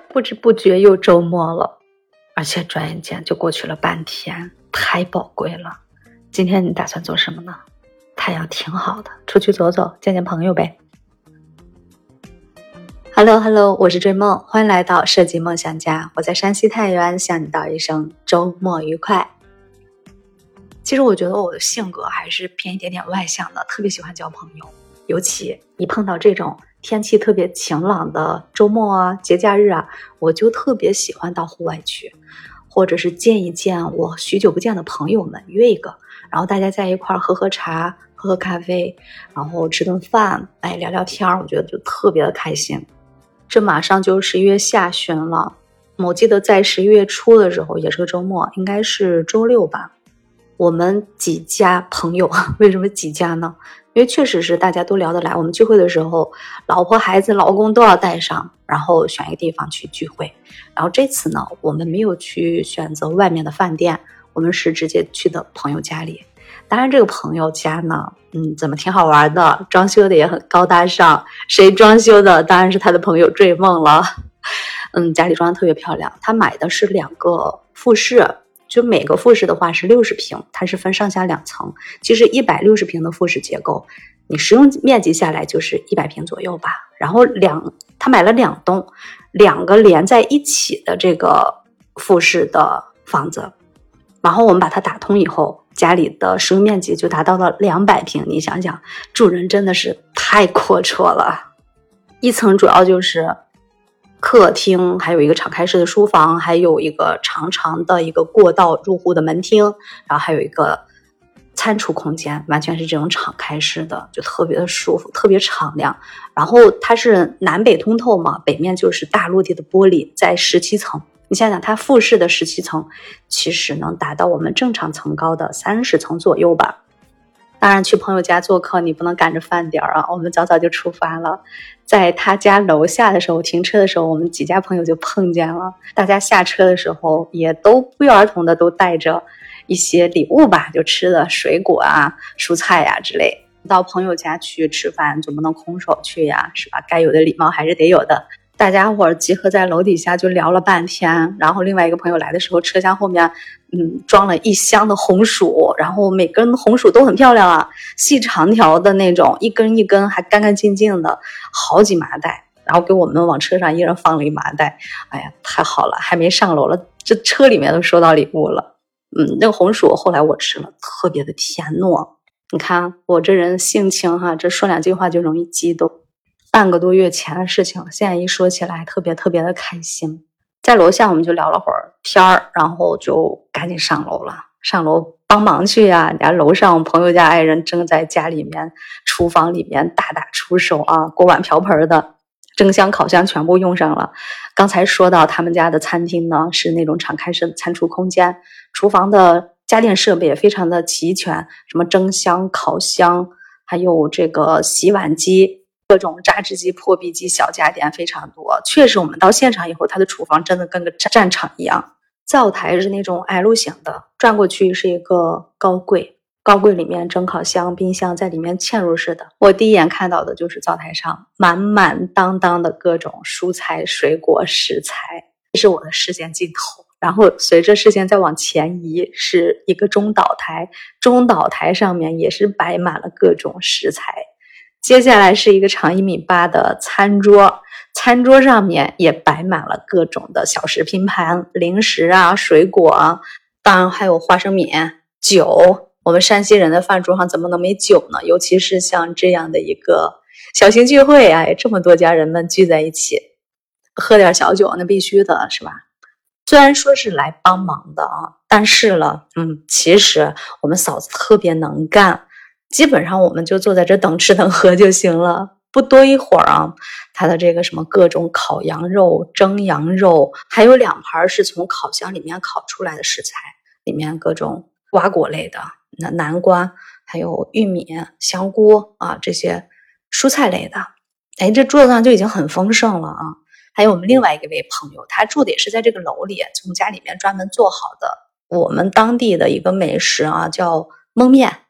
不知不觉又周末了，而且转眼间就过去了半天，太宝贵了。今天你打算做什么呢？太阳挺好的，出去走走，见见朋友呗。Hello， 我是追梦，欢迎来到设计梦想家。我在山西太原向你道一声周末愉快。其实我觉得我的性格还是偏一点点外向的，特别喜欢交朋友，尤其一碰到这种天气特别晴朗的周末啊、节假日啊，我就特别喜欢到户外去，或者是见一见我许久不见的朋友们，约一个，然后大家在一块儿喝喝茶、喝喝咖啡，然后吃顿饭，聊聊天，我觉得就特别的开心。这马上就11月下旬了，我记得在11月初的时候也是个周末，应该是周六吧。我们几家朋友，为什么几家呢？因为确实是大家都聊得来，我们聚会的时候，老婆、孩子、老公都要带上，然后选一个地方去聚会。然后这次呢，我们没有去选择外面的饭店，我们是直接去的朋友家里。当然这个朋友家呢，怎么挺好玩的，装修的也很高大上。谁装修的？当然是他的朋友追梦了。家里装的特别漂亮，他买的是2个复式，就每个复式的话是60平，它是分上下2层。其实160平的复式结构，你实用面积下来就是100平左右吧。然后他买了2栋，2个连在一起的这个复式的房子，然后我们把它打通以后，家里的实用面积就达到了200平。你想想，住人真的是太阔绰了。1层主要就是客厅，还有一个敞开式的书房，还有一个长长的一个过道入户的门厅，然后还有一个餐厨空间，完全是这种敞开式的，就特别的舒服，特别敞亮。然后它是南北通透嘛，北面就是大落地的玻璃，在17层。你想想，它复式的17层其实能达到我们正常层高的30层左右吧。当然去朋友家做客，你不能赶着饭点啊，我们早早就出发了。在他家楼下的时候，停车的时候，我们几家朋友就碰见了。大家下车的时候也都不约而同的都带着一些礼物吧，就吃的水果啊、蔬菜呀之类。到朋友家去吃饭总不能空手去呀，是吧？该有的礼貌还是得有的。大家伙集合在楼底下就聊了半天，然后另外一个朋友来的时候，车厢后面装了1箱的红薯，然后每根红薯都很漂亮啊，细长条的那种，一根一根还干干净净的，好几麻袋，然后给我们往车上一人放了1麻袋。哎呀，太好了，还没上楼了，这车里面都收到礼物了。那个红薯后来我吃了，特别的甜糯。你看我这人性情哈，这说2句话就容易激动。半个多月前的事情，现在一说起来特别特别的开心。在楼下我们就聊了会儿天儿，然后就赶紧上楼了。上楼帮忙去呀，人家楼上朋友家爱人正在家里面厨房里面大打出手啊，锅碗瓢盆的，蒸箱烤箱全部用上了。刚才说到他们家的餐厅呢，是那种敞开式的餐厨空间，厨房的家电设备也非常的齐全，什么蒸箱、烤箱，还有这个洗碗机，各种榨汁机、破壁机、小家电非常多。确实我们到现场以后，它的厨房真的跟个战场一样。灶台是那种 L 型的，转过去是一个高柜，高柜里面蒸烤箱、冰箱在里面嵌入式的。我第一眼看到的就是灶台上满满当当的各种蔬菜、水果、食材，这是我的视线尽头。然后随着视线再往前移，是一个中岛台，中岛台上面也是摆满了各种食材。接下来是一个长1.8米的餐桌，餐桌上面也摆满了各种的小食拼盘、零食啊、水果啊，当然还有花生米、酒。我们山西人的饭桌上怎么能没酒呢？尤其是像这样的一个小型聚会，这么多家人们聚在一起，喝点小酒那必须的，是吧？虽然说是来帮忙的啊，但是了，其实我们嫂子特别能干。基本上我们就坐在这等吃等喝就行了，不多一会儿啊，它的这个什么各种烤羊肉、蒸羊肉，还有2盘是从烤箱里面烤出来的食材，里面各种瓜果类的，南瓜，还有玉米、香菇啊，这些蔬菜类的。这桌子上就已经很丰盛了啊。还有我们另外一位朋友，他住的也是在这个楼里，从家里面专门做好的我们当地的一个美食啊，叫焖面。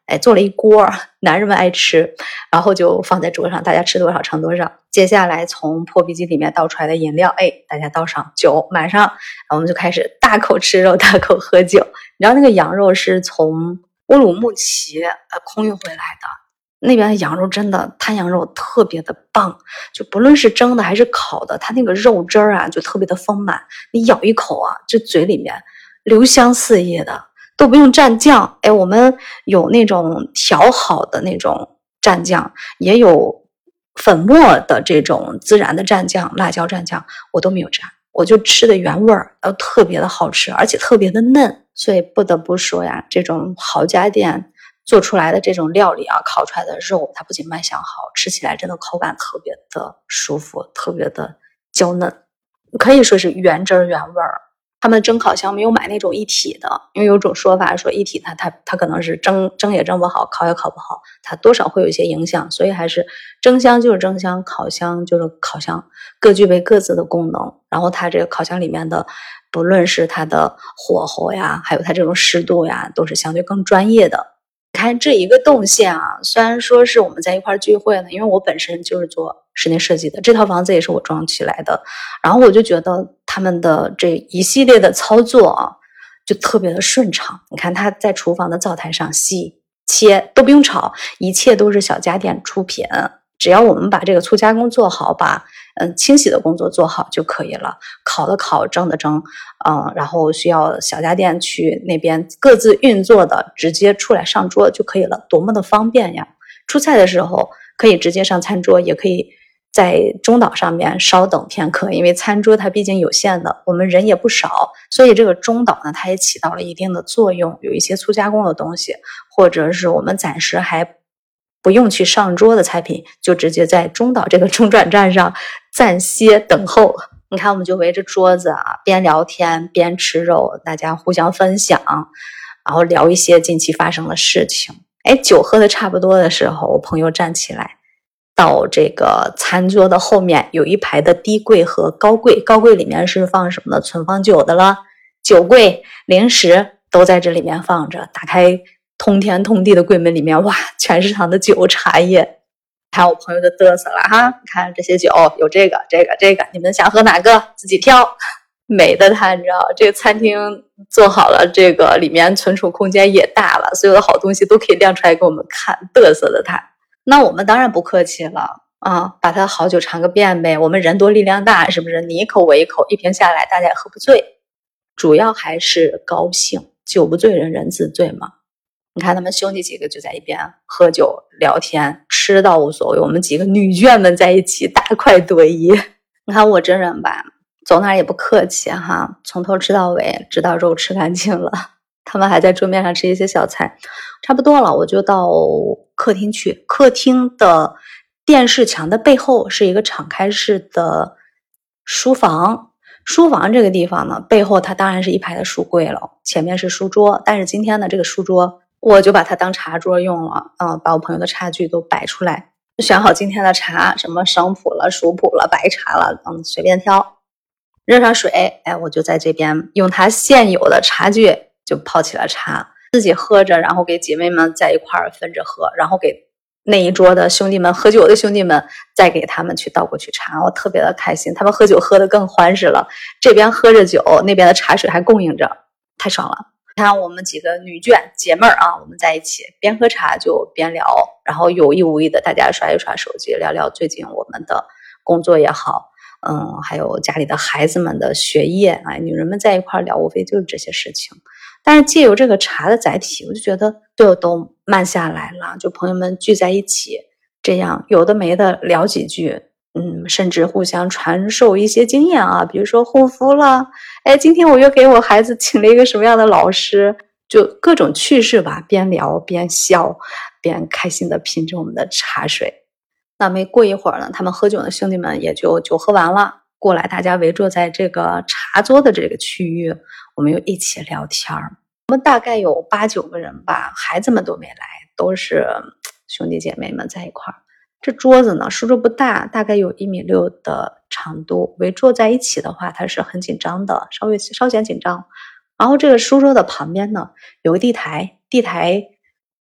做了一锅，男人们爱吃，然后就放在桌上，大家吃多少盛多少。接下来从破壁机里面倒出来的饮料，大家倒上酒，满上，然后我们就开始大口吃肉，大口喝酒。你知道那个羊肉是从乌鲁木齐空运回来的，那边的羊肉真的滩羊肉特别的棒，就不论是蒸的还是烤的，它那个肉汁儿啊就特别的丰满，你咬一口啊，这嘴里面留香四溢的，都不用蘸酱。我们有那种调好的那种蘸酱，也有粉末的这种孜然的蘸酱、辣椒蘸酱，我都没有蘸，我就吃的原味儿，特别的好吃，而且特别的嫩。所以不得不说呀，这种豪家店做出来的这种料理啊，烤出来的肉，它不仅卖相好，吃起来真的口感特别的舒服，特别的娇嫩，可以说是原汁原味儿。他们蒸烤箱没有买那种一体的，因为有种说法说一体它可能是蒸也蒸不好，烤也烤不好，它多少会有一些影响，所以还是蒸箱就是蒸箱，烤箱就是烤箱，各具备各自的功能。然后它这个烤箱里面的，不论是它的火候呀，还有它这种湿度呀，都是相对更专业的。看这一个动线啊，虽然说是我们在一块聚会呢，因为我本身就是做室内设计的，这套房子也是我装起来的，然后我就觉得他们的这一系列的操作啊，就特别的顺畅。你看他在厨房的灶台上洗切都不用炒，一切都是小家电出品，只要我们把这个粗加工做好，把清洗的工作做好就可以了，烤的烤，蒸的蒸，然后需要小家电去那边各自运作的，直接出来上桌就可以了，多么的方便呀！出菜的时候可以直接上餐桌，也可以在中岛上面稍等片刻，因为餐桌它毕竟有限的，我们人也不少，所以这个中岛呢，它也起到了一定的作用，有一些粗加工的东西，或者是我们暂时还不用去上桌的菜品，就直接在中岛这个中转站上暂歇等候。你看我们就围着桌子啊，边聊天边吃肉，大家互相分享，然后聊一些近期发生的事情。酒喝的差不多的时候，我朋友站起来到这个餐桌的后面，有一排的低柜和高柜，高柜里面是放什么呢？存放酒的了，酒柜零食都在这里面放着，打开通天通地的柜门里面，哇，全是他的酒茶叶。看我朋友就嘚瑟了哈，看这些酒有这个，你们想喝哪个自己挑。美的他你知道，这个餐厅做好了，这个里面存储空间也大了，所有的好东西都可以亮出来给我们看，嘚瑟的他。那我们当然不客气了啊，把他好酒尝个遍呗，我们人多力量大，是不是？你一口我一口，一瓶下来大家也喝不醉，主要还是高兴，酒不醉人人自醉嘛。你看他们兄弟几个就在一边喝酒聊天，吃倒无所谓，我们几个女眷们在一起大快朵颐。你看我真人吧，走哪也不客气哈，从头吃到尾，直到肉吃干净了。他们还在桌面上吃一些小菜，差不多了，我就到客厅去。客厅的电视墙的背后是一个敞开式的书房，书房这个地方呢，背后它当然是一排的书柜了，前面是书桌，但是今天呢，这个书桌我就把它当茶桌用了，把我朋友的茶具都摆出来，选好今天的茶，什么生普了、熟普了、白茶了，随便挑。热上水，我就在这边用它现有的茶具就泡起了茶，自己喝着，然后给姐妹们在一块儿分着喝，然后给那一桌的兄弟们喝酒的兄弟们再给他们去倒过去茶，我特别的开心，他们喝酒喝得更欢实了，这边喝着酒，那边的茶水还供应着，太爽了。看我们几个女眷姐妹啊，我们在一起边喝茶就边聊，然后有意无意的大家刷一刷手机，聊聊最近我们的工作也好，还有家里的孩子们的学业，女人们在一块聊，无非就是这些事情。但是借由这个茶的载体，我就觉得都慢下来了，就朋友们聚在一起，这样有的没的聊几句，甚至互相传授一些经验啊，比如说护肤了，今天我又给我孩子请了一个什么样的老师，就各种趣事吧，边聊边笑，边开心的品着我们的茶水。那没过一会儿呢，他们喝酒的兄弟们也就酒喝完了，过来大家围坐在这个茶桌的这个区域，我们又一起聊天。我们大概有8、9个人吧，孩子们都没来，都是兄弟姐妹们在一块儿。这桌子呢，书桌不大，大概有1.6米的长度，围坐在一起的话，它是很紧张的，稍显紧张。然后这个书桌的旁边呢，有个地台，地台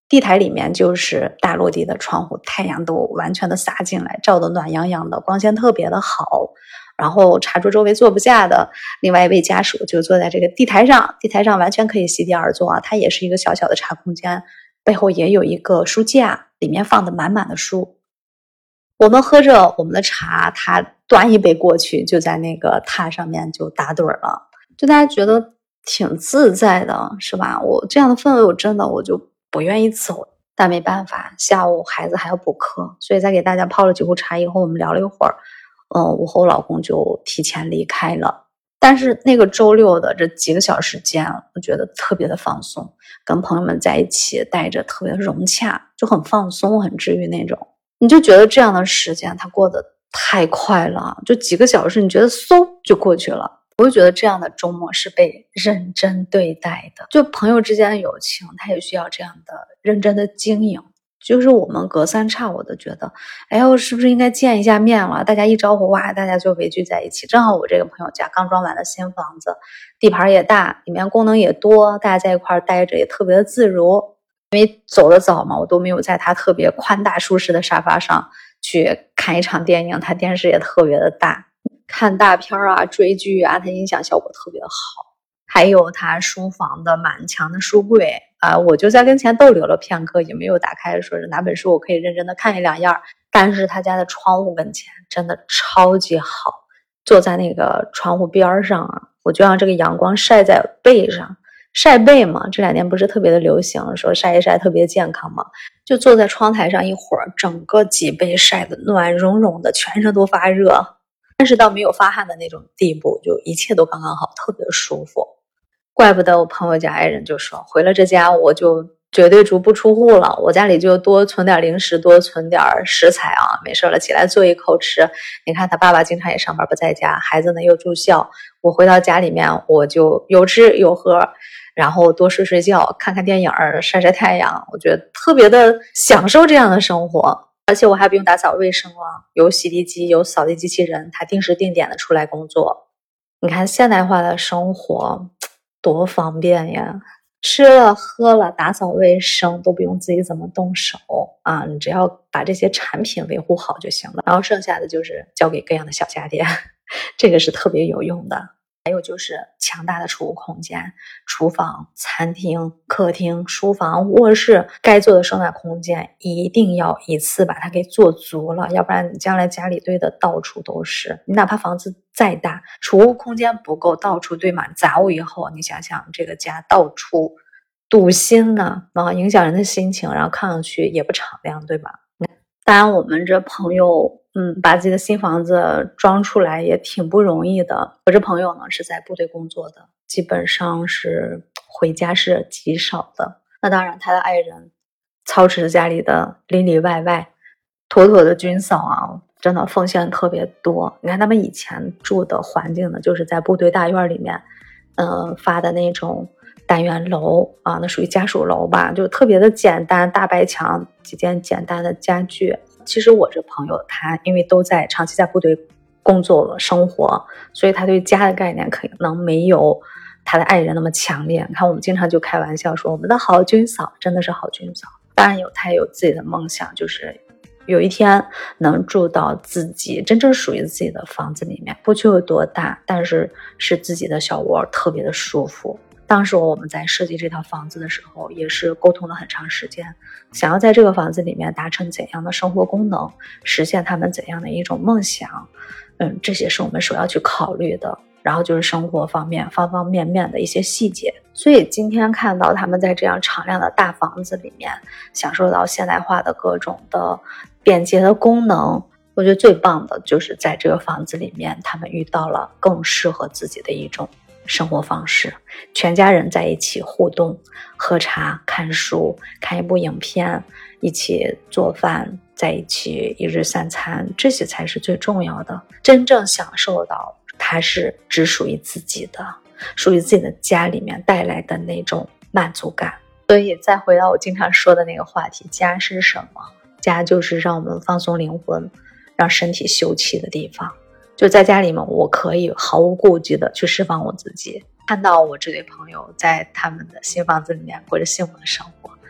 地台里面就是大落地的窗户，太阳都完全的洒进来，照得暖洋洋的，光线特别的好。然后茶桌周围坐不下的另外一位家属就坐在这个地台上，地台上完全可以席地而坐啊，它也是一个小小的茶空间，背后也有一个书架，里面放的满满的书。我们喝着我们的茶，他端一杯过去，就在那个榻上面就打盹了，就大家觉得挺自在的，是吧？我这样的氛围，我就不愿意走，但没办法，下午孩子还要补课，所以在给大家泡了几壶茶以后，我们聊了一会儿，我和我老公就提前离开了。但是那个周六的这几个小时间，我觉得特别的放松，跟朋友们在一起待着特别融洽，就很放松，很治愈那种。你就觉得这样的时间它过得太快了，就几个小时你觉得嗖就过去了。我就觉得这样的周末是被认真对待的，就朋友之间的友情它也需要这样的认真的经营。就是我们隔三差五的觉得，哎呦，是不是应该见一下面了？大家一招呼，哇，大家就围聚在一起。正好我这个朋友家刚装完的新房子，地盘也大，里面功能也多，大家在一块待着也特别的自如。因为走得早嘛，我都没有在他特别宽大舒适的沙发上去看一场电影，他电视也特别的大，看大片啊、追剧啊，它音响效果特别好。还有他书房的满墙的书柜啊，我就在跟前逗留了片刻，也没有打开说是哪本书我可以认真的看一两页。但是他家的窗户跟前真的超级好，坐在那个窗户边上啊，我就让这个阳光晒在背上，晒背嘛，这2年不是特别的流行，说晒一晒特别健康嘛，就坐在窗台上一会儿，整个脊背晒得暖融融的，全身都发热，但是到没有发汗的那种地步，就一切都刚刚好，特别舒服。怪不得我朋友家爱人就说，回了这家我就绝对足不出户了，我家里就多存点零食，多存点食材啊，没事了起来做一口吃。你看他爸爸经常也上班不在家，孩子呢又住校，我回到家里面我就有吃有喝，然后多睡睡觉，看看电影，晒晒太阳，我觉得特别的享受这样的生活。而且我还不用打扫卫生了，有洗地机，有扫地机器人，他定时定点的出来工作。你看现代化的生活多方便呀，吃了喝了打扫卫生都不用自己怎么动手啊，你只要把这些产品维护好就行了，然后剩下的就是交给各样的小家电，这个是特别有用的。还有就是强大的储物空间，厨房、餐厅、客厅、书房、卧室该做的收纳空间一定要一次把它给做足了，要不然你将来家里堆的到处都是，你哪怕房子再大，储物空间不够，到处堆满杂物以后，你想想这个家到处堵心呢，影响人的心情，然后看上去也不敞亮，对吧？当然我们这朋友把自己的新房子装出来也挺不容易的。我这朋友呢是在部队工作的，基本上是回家是极少的。那当然他的爱人操持家里的里里外外，妥妥的军嫂啊，真的奉献特别多。你看他们以前住的环境呢，就是在部队大院里面发的那种单元楼啊，那属于家属楼吧，就特别的简单，大白墙，几件简单的家具。其实我这朋友他因为都在长期在部队工作生活，所以他对家的概念可能没有他的爱人那么强烈。你看我们经常就开玩笑说，我们的好军嫂真的是好军嫂。当然他也有自己的梦想，就是有一天能住到自己真正属于自己的房子里面，不求有多大，但是是自己的小窝，特别的舒服。当时我们在设计这套房子的时候，也是沟通了很长时间，想要在这个房子里面达成怎样的生活功能，实现他们怎样的一种梦想，这些是我们首要去考虑的。然后就是生活方面方方面面的一些细节。所以今天看到他们在这样敞亮的大房子里面，享受到现代化的各种的便捷的功能，我觉得最棒的就是在这个房子里面，他们遇到了更适合自己的一种生活方式，全家人在一起互动，喝茶、看书、看一部影片，一起做饭，在一起一日三餐，这些才是最重要的。真正享受到它是只属于自己的，属于自己的家里面带来的那种满足感。所以再回到我经常说的那个话题，家是什么？家就是让我们放松灵魂，让身体休憩的地方。就在家里面，我可以毫无顾忌的去释放我自己。看到我这对朋友在他们的新房子里面过着幸福的生活，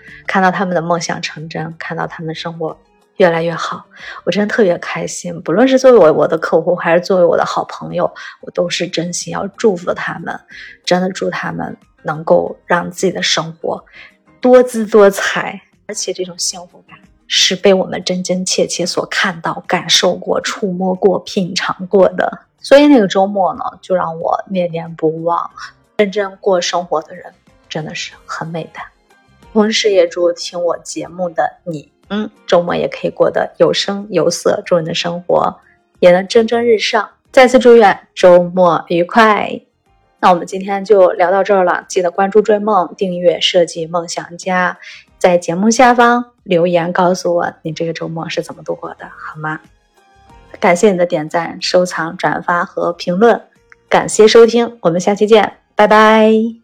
看到他们的梦想成真，看到他们生活越来越好，我真的特别开心。不论是作为我的客户，还是作为我的好朋友，我都是真心要祝福他们，真的祝他们能够让自己的生活多姿多彩，而且这种幸福感是被我们真真切切所看到、感受过、触摸过、品尝过的。所以那个周末呢，就让我念念不忘。认真过生活的人真的是很美的。同时也祝听我节目的你，周末也可以过得有声有色，祝你的生活也能蒸蒸日上。再次祝愿周末愉快。那我们今天就聊到这儿了，记得关注追梦，订阅设计梦想家，在节目下方留言告诉我你这个周末是怎么度过的，好吗？感谢你的点赞、收藏、转发和评论，感谢收听，我们下期见，拜拜。